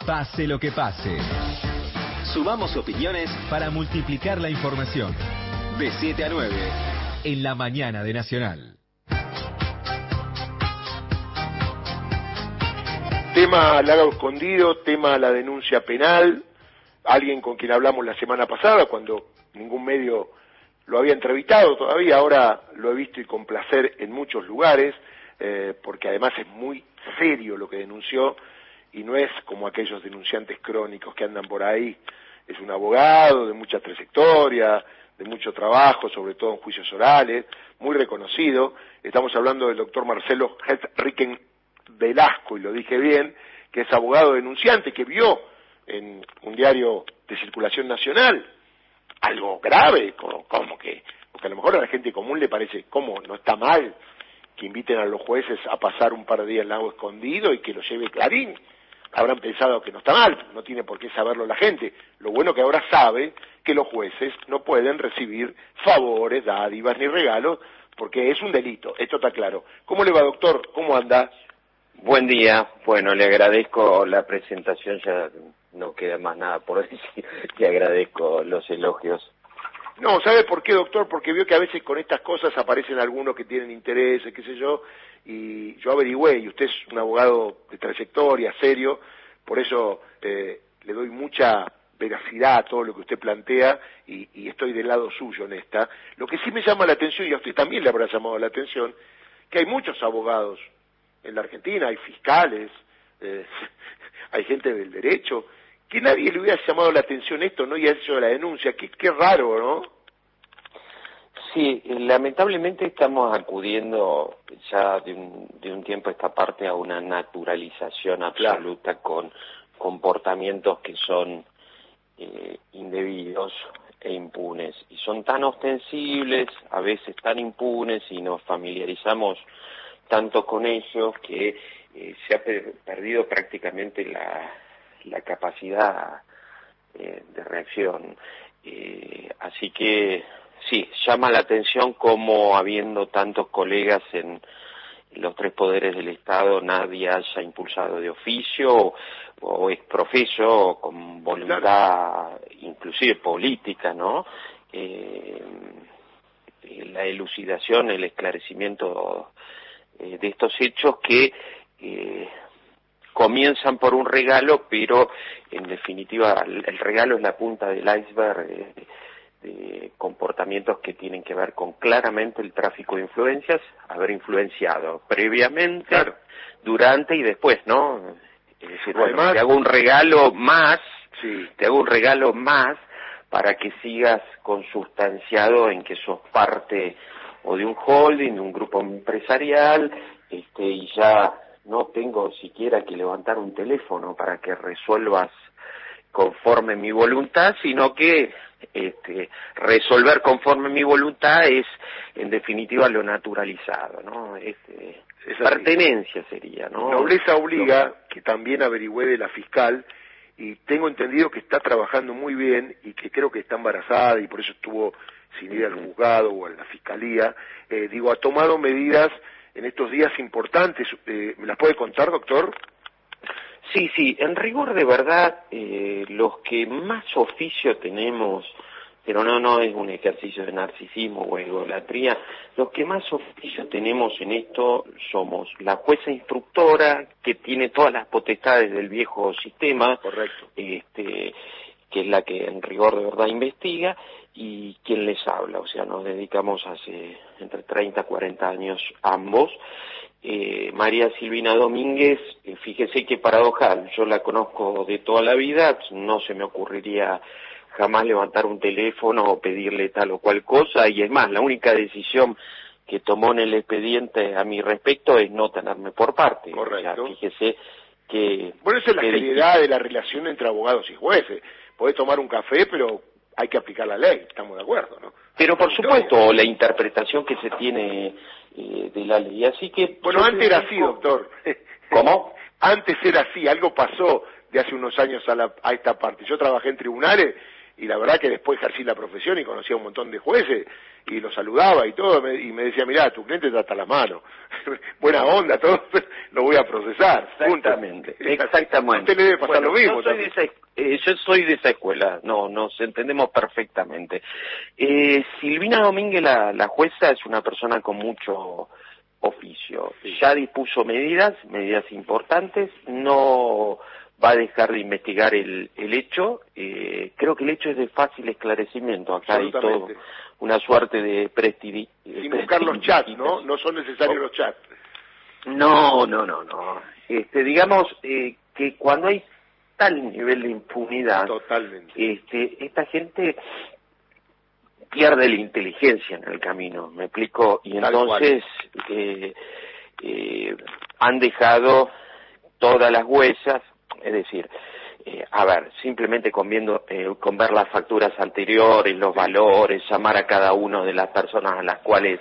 Pase lo que pase. Sumamos opiniones para multiplicar la información. De 7 a 9, en la mañana de Nacional. Tema Lago Escondido, tema la denuncia penal, alguien con quien hablamos la semana pasada, cuando ningún medio lo había entrevistado todavía, ahora lo he visto y con placer en muchos lugares, porque además es muy serio lo que denunció, y no es como aquellos denunciantes crónicos que andan por ahí. Es un abogado de mucha trayectoria, de mucho trabajo, sobre todo en juicios orales, muy reconocido. Estamos hablando del doctor Marcelo Henrique Velasco, y lo dije bien, que es abogado denunciante, que vio en un diario de circulación nacional algo grave, como que, porque a lo mejor a la gente común le parece, ¿cómo? No está mal que inviten a los jueces a pasar un par de días en Lago Escondido y que lo lleve Clarín. Habrán pensado que no está mal, no tiene por qué saberlo la gente. Lo bueno que ahora sabe que los jueces no pueden recibir favores, dádivas ni regalos, porque es un delito, esto está claro. ¿Cómo le va, doctor? ¿Cómo anda? Buen día. Bueno, le agradezco la presentación, ya no queda más nada por decir, le agradezco los elogios. No, ¿sabe por qué, doctor? Porque veo que a veces con estas cosas aparecen algunos que tienen intereses, qué sé yo, y yo averigüé, y usted es un abogado de trayectoria, serio, por eso le doy mucha veracidad a todo lo que usted plantea, y estoy del lado suyo en esta. Lo que sí me llama la atención, y a usted también le habrá llamado la atención, que hay muchos abogados en la Argentina, hay fiscales, hay gente del derecho, que nadie le hubiera llamado la atención esto, ¿no? Y ha hecho la denuncia, qué raro, ¿no? Sí, lamentablemente estamos acudiendo ya de un tiempo a esta parte a una naturalización absoluta, claro, con comportamientos que son indebidos e impunes, y son tan ostensibles, a veces tan impunes, y nos familiarizamos tanto con ellos que se ha perdido prácticamente la capacidad de reacción. Así que sí, llama la atención cómo, habiendo tantos colegas en los tres poderes del Estado, nadie haya impulsado de oficio o ex profeso, con voluntad inclusive política, ¿no? La elucidación, el esclarecimiento de estos hechos que comienzan por un regalo, pero en definitiva el regalo es la punta del iceberg de comportamientos que tienen que ver con claramente el tráfico de influencias, haber influenciado previamente, claro, durante y después, ¿no? Es decir, bueno, además, te hago un regalo más, sí, te hago un regalo más para que sigas consustanciado en que sos parte o de un holding, de un grupo empresarial, y ya no tengo siquiera que levantar un teléfono para que resuelvas conforme mi voluntad, sino que resolver conforme mi voluntad es, en definitiva, lo naturalizado, ¿no? Pertenencia sería, ¿no? Nobleza obliga, que también averigüé de la fiscal, y tengo entendido que está trabajando muy bien y que creo que está embarazada y por eso estuvo sin ir al juzgado o a la fiscalía. Ha tomado medidas en estos días importantes. ¿Me las puede contar, doctor? Sí, en rigor de verdad, los que más oficio tenemos, pero no es un ejercicio de narcisismo o egolatría, los que más oficio tenemos en esto somos la jueza instructora, que tiene todas las potestades del viejo sistema, correcto, que es la que en rigor de verdad investiga, y quien les habla, o sea, nos dedicamos hace entre 30 y 40 años ambos. María Silvina Domínguez, fíjese qué paradojal, yo la conozco de toda la vida, no se me ocurriría jamás levantar un teléfono o pedirle tal o cual cosa, y es más, la única decisión que tomó en el expediente a mi respecto es no tenerme por parte. Correcto. O sea, fíjese que... Bueno, esa es la seriedad de la relación entre abogados y jueces. Podés tomar un café, pero hay que aplicar la ley, estamos de acuerdo, ¿no? Pero por supuesto, la interpretación que se tiene de la ley, así que... Bueno, antes era así, doctor. ¿Cómo? Antes era así, algo pasó de hace unos años a esta parte. Yo trabajé en tribunales y la verdad que después ejercí la profesión y conocía un montón de jueces y los saludaba y todo, y me decía, mirá, tu cliente está hasta la mano, buena onda, todo, lo voy a procesar. Exactamente, exactamente. A usted le debe pasar lo mismo. Yo soy de esa escuela, nos entendemos perfectamente. Silvina Domínguez, la jueza, es una persona con mucho oficio. Sí. Ya dispuso medidas importantes, no va a dejar de investigar el hecho. Creo que el hecho es de fácil esclarecimiento. Acá hay todo una suerte de sin buscar los chats, ¿no? No son necesarios los chats. No. Digamos que cuando hay tal nivel de impunidad, totalmente, esta gente pierde la inteligencia en el camino, ¿me explico? Y entonces han dejado todas las huellas, es decir, simplemente con ver las facturas anteriores, los valores, llamar a cada una de las personas a las cuales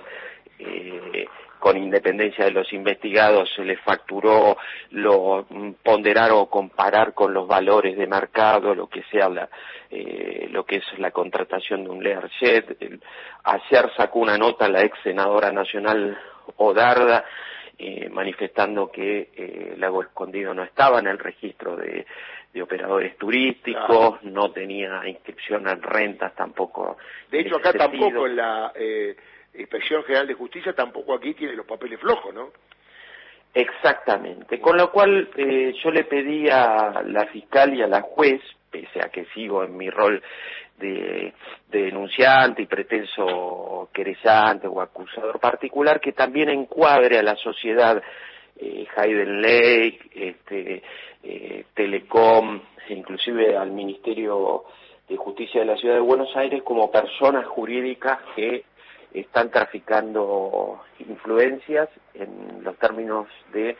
con independencia de los investigados se les facturó, ponderar o comparar con los valores de mercado, lo que sea lo que es la contratación de un Learjet. Ayer sacó una nota la ex senadora nacional Odarda manifestando que el Lago Escondido no estaba en el registro de operadores turísticos, no tenía inscripción en rentas tampoco. De hecho, acá tampoco en la Inspección General de Justicia, tampoco aquí tiene los papeles flojos, ¿no? Exactamente, con lo cual yo le pedí a la fiscal y a la juez, pese a que sigo en mi rol de denunciante y pretenso querellante o acusador particular, que también encuadre a la sociedad Hayden Lake, Telecom, inclusive al Ministerio de Justicia de la Ciudad de Buenos Aires como personas jurídicas que están traficando influencias en los términos de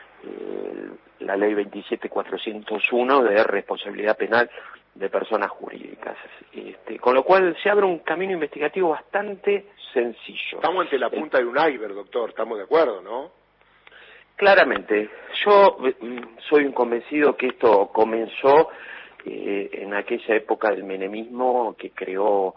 la ley 27401 de responsabilidad penal de personas jurídicas. Con lo cual se abre un camino investigativo bastante sencillo. Estamos ante la punta de un iceberg, doctor, estamos de acuerdo, ¿no? Claramente. Yo soy un convencido que esto comenzó en aquella época del menemismo que creó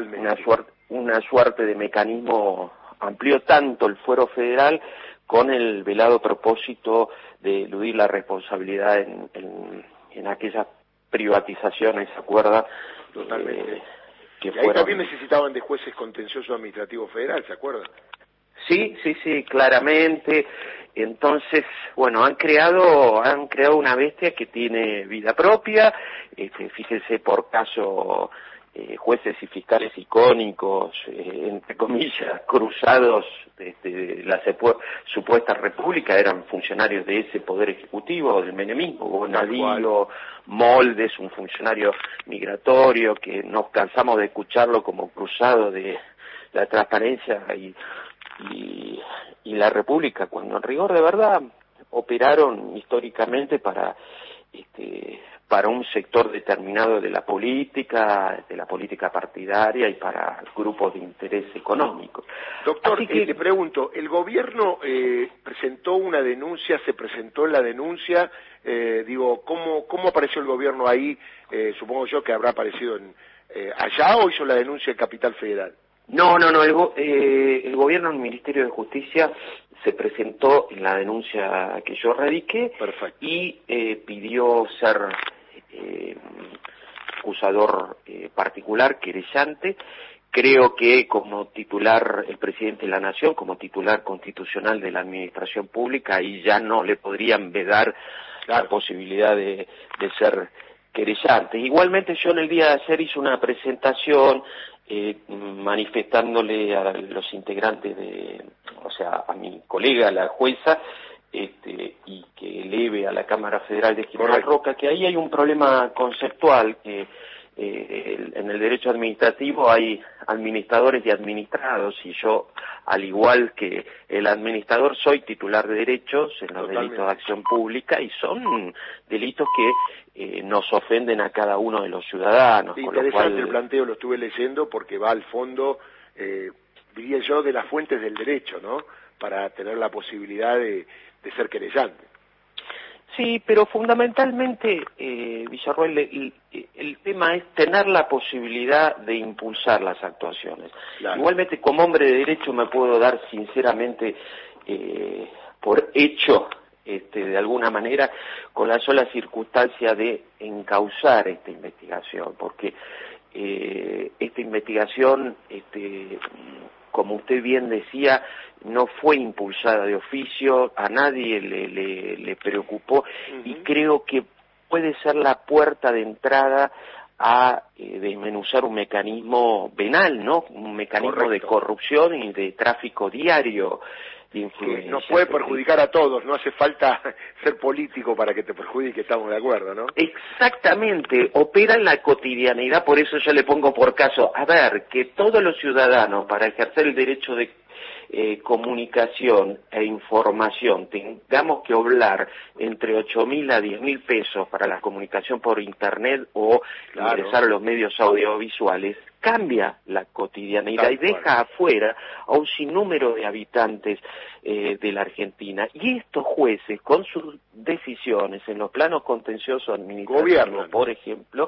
una suerte de mecanismo, amplió tanto el fuero federal con el velado propósito de eludir la responsabilidad en aquellas privatizaciones, ¿se acuerda? Totalmente. Y ahí también necesitaban de jueces contenciosos administrativos federal, ¿se acuerda? Sí, claramente. Entonces, bueno, han creado una bestia que tiene vida propia. Fíjense por caso jueces y fiscales icónicos, entre comillas, cruzados de la supuesta república, eran funcionarios de ese poder ejecutivo, del menemismo. Bonadío, Moldes, un funcionario migratorio que nos cansamos de escucharlo como cruzado de la transparencia y la República, cuando en rigor de verdad operaron históricamente para un sector determinado de la política partidaria y para grupos de interés económico. Doctor, te pregunto, el gobierno presentó una denuncia, se presentó en la denuncia, ¿cómo apareció el gobierno ahí? Supongo yo que habrá aparecido allá, o hizo la denuncia en Capital Federal. No, el gobierno del Ministerio de Justicia se presentó en la denuncia que yo radiqué. Perfecto. Y pidió ser acusador particular, querellante. Creo que como titular, el presidente de la Nación, como titular constitucional de la administración pública, ahí ya no le podrían vedar la posibilidad de ser querellante. Igualmente yo en el día de ayer hice una presentación manifestándole a los integrantes a mi colega, la jueza, y que eleve a la Cámara Federal de General Roca, que ahí hay un problema conceptual, que en el derecho administrativo hay administradores y administrados, y yo, al igual que el administrador, soy titular de derechos en los delitos de acción pública, y son delitos que nos ofenden a cada uno de los ciudadanos. Interesante el planteo, lo estuve leyendo, porque va al fondo, diría yo, de las fuentes del derecho, ¿no? Para tener la posibilidad de ser querellante. Sí, pero fundamentalmente, Villarroel, el tema es tener la posibilidad de impulsar las actuaciones. Claro. Igualmente, como hombre de derecho, me puedo dar sinceramente por hecho, de alguna manera, con la sola circunstancia de encauzar esta investigación, porque esta investigación, como usted bien decía, no fue impulsada de oficio, a nadie le preocupó, y creo que puede ser la puerta de entrada a desmenuzar un mecanismo penal, ¿no? Un mecanismo de corrupción y de tráfico diario de influencia. Que nos puede perjudicar a todos, no hace falta ser político para que te perjudique, estamos de acuerdo, ¿no? Exactamente, opera en la cotidianidad, por eso yo le pongo por caso, a ver, que todos los ciudadanos, para ejercer el derecho de comunicación e información, tengamos que hablar entre 8.000 a 10.000 pesos para la comunicación por internet o ingresar a los medios audiovisuales, cambia la cotidianidad y deja afuera a un sinnúmero de habitantes de la Argentina. Y estos jueces, con sus decisiones en los planos contenciosos administrativos, por ejemplo,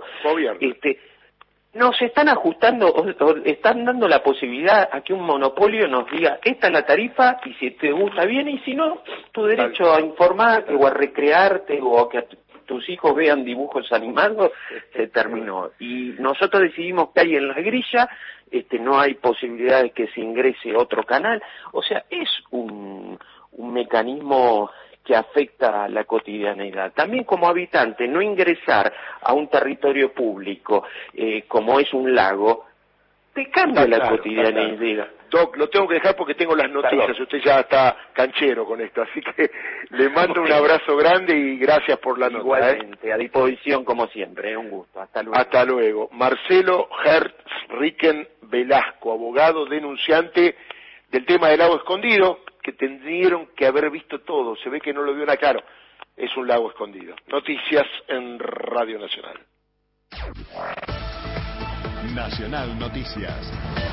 nos están ajustando o están dando la posibilidad a que un monopolio nos diga, esta es la tarifa y si te gusta bien, y si no, tu derecho a informarte o a recrearte o a que tus hijos vean dibujos animados, se terminó. Y nosotros decidimos que hay en la grilla, no hay posibilidad de que se ingrese otro canal. O sea, es un mecanismo que afecta a la cotidianidad. También como habitante, no ingresar a un territorio público como es un lago, te cambia la cotidianidad. Doc, lo tengo que dejar porque tengo las noticias. Perdón. Usted ya está canchero con esto, así que le mando un abrazo grande y gracias por la nota. Igualmente, a disposición como siempre, un gusto. Hasta luego. Hasta luego. Marcelo Herz-Ricken Velasco, abogado denunciante del tema del lago escondido, que tendrían que haber visto todo. Se ve que no lo vio nada claro. Es un lago escondido. Noticias en Radio Nacional. Nacional Noticias.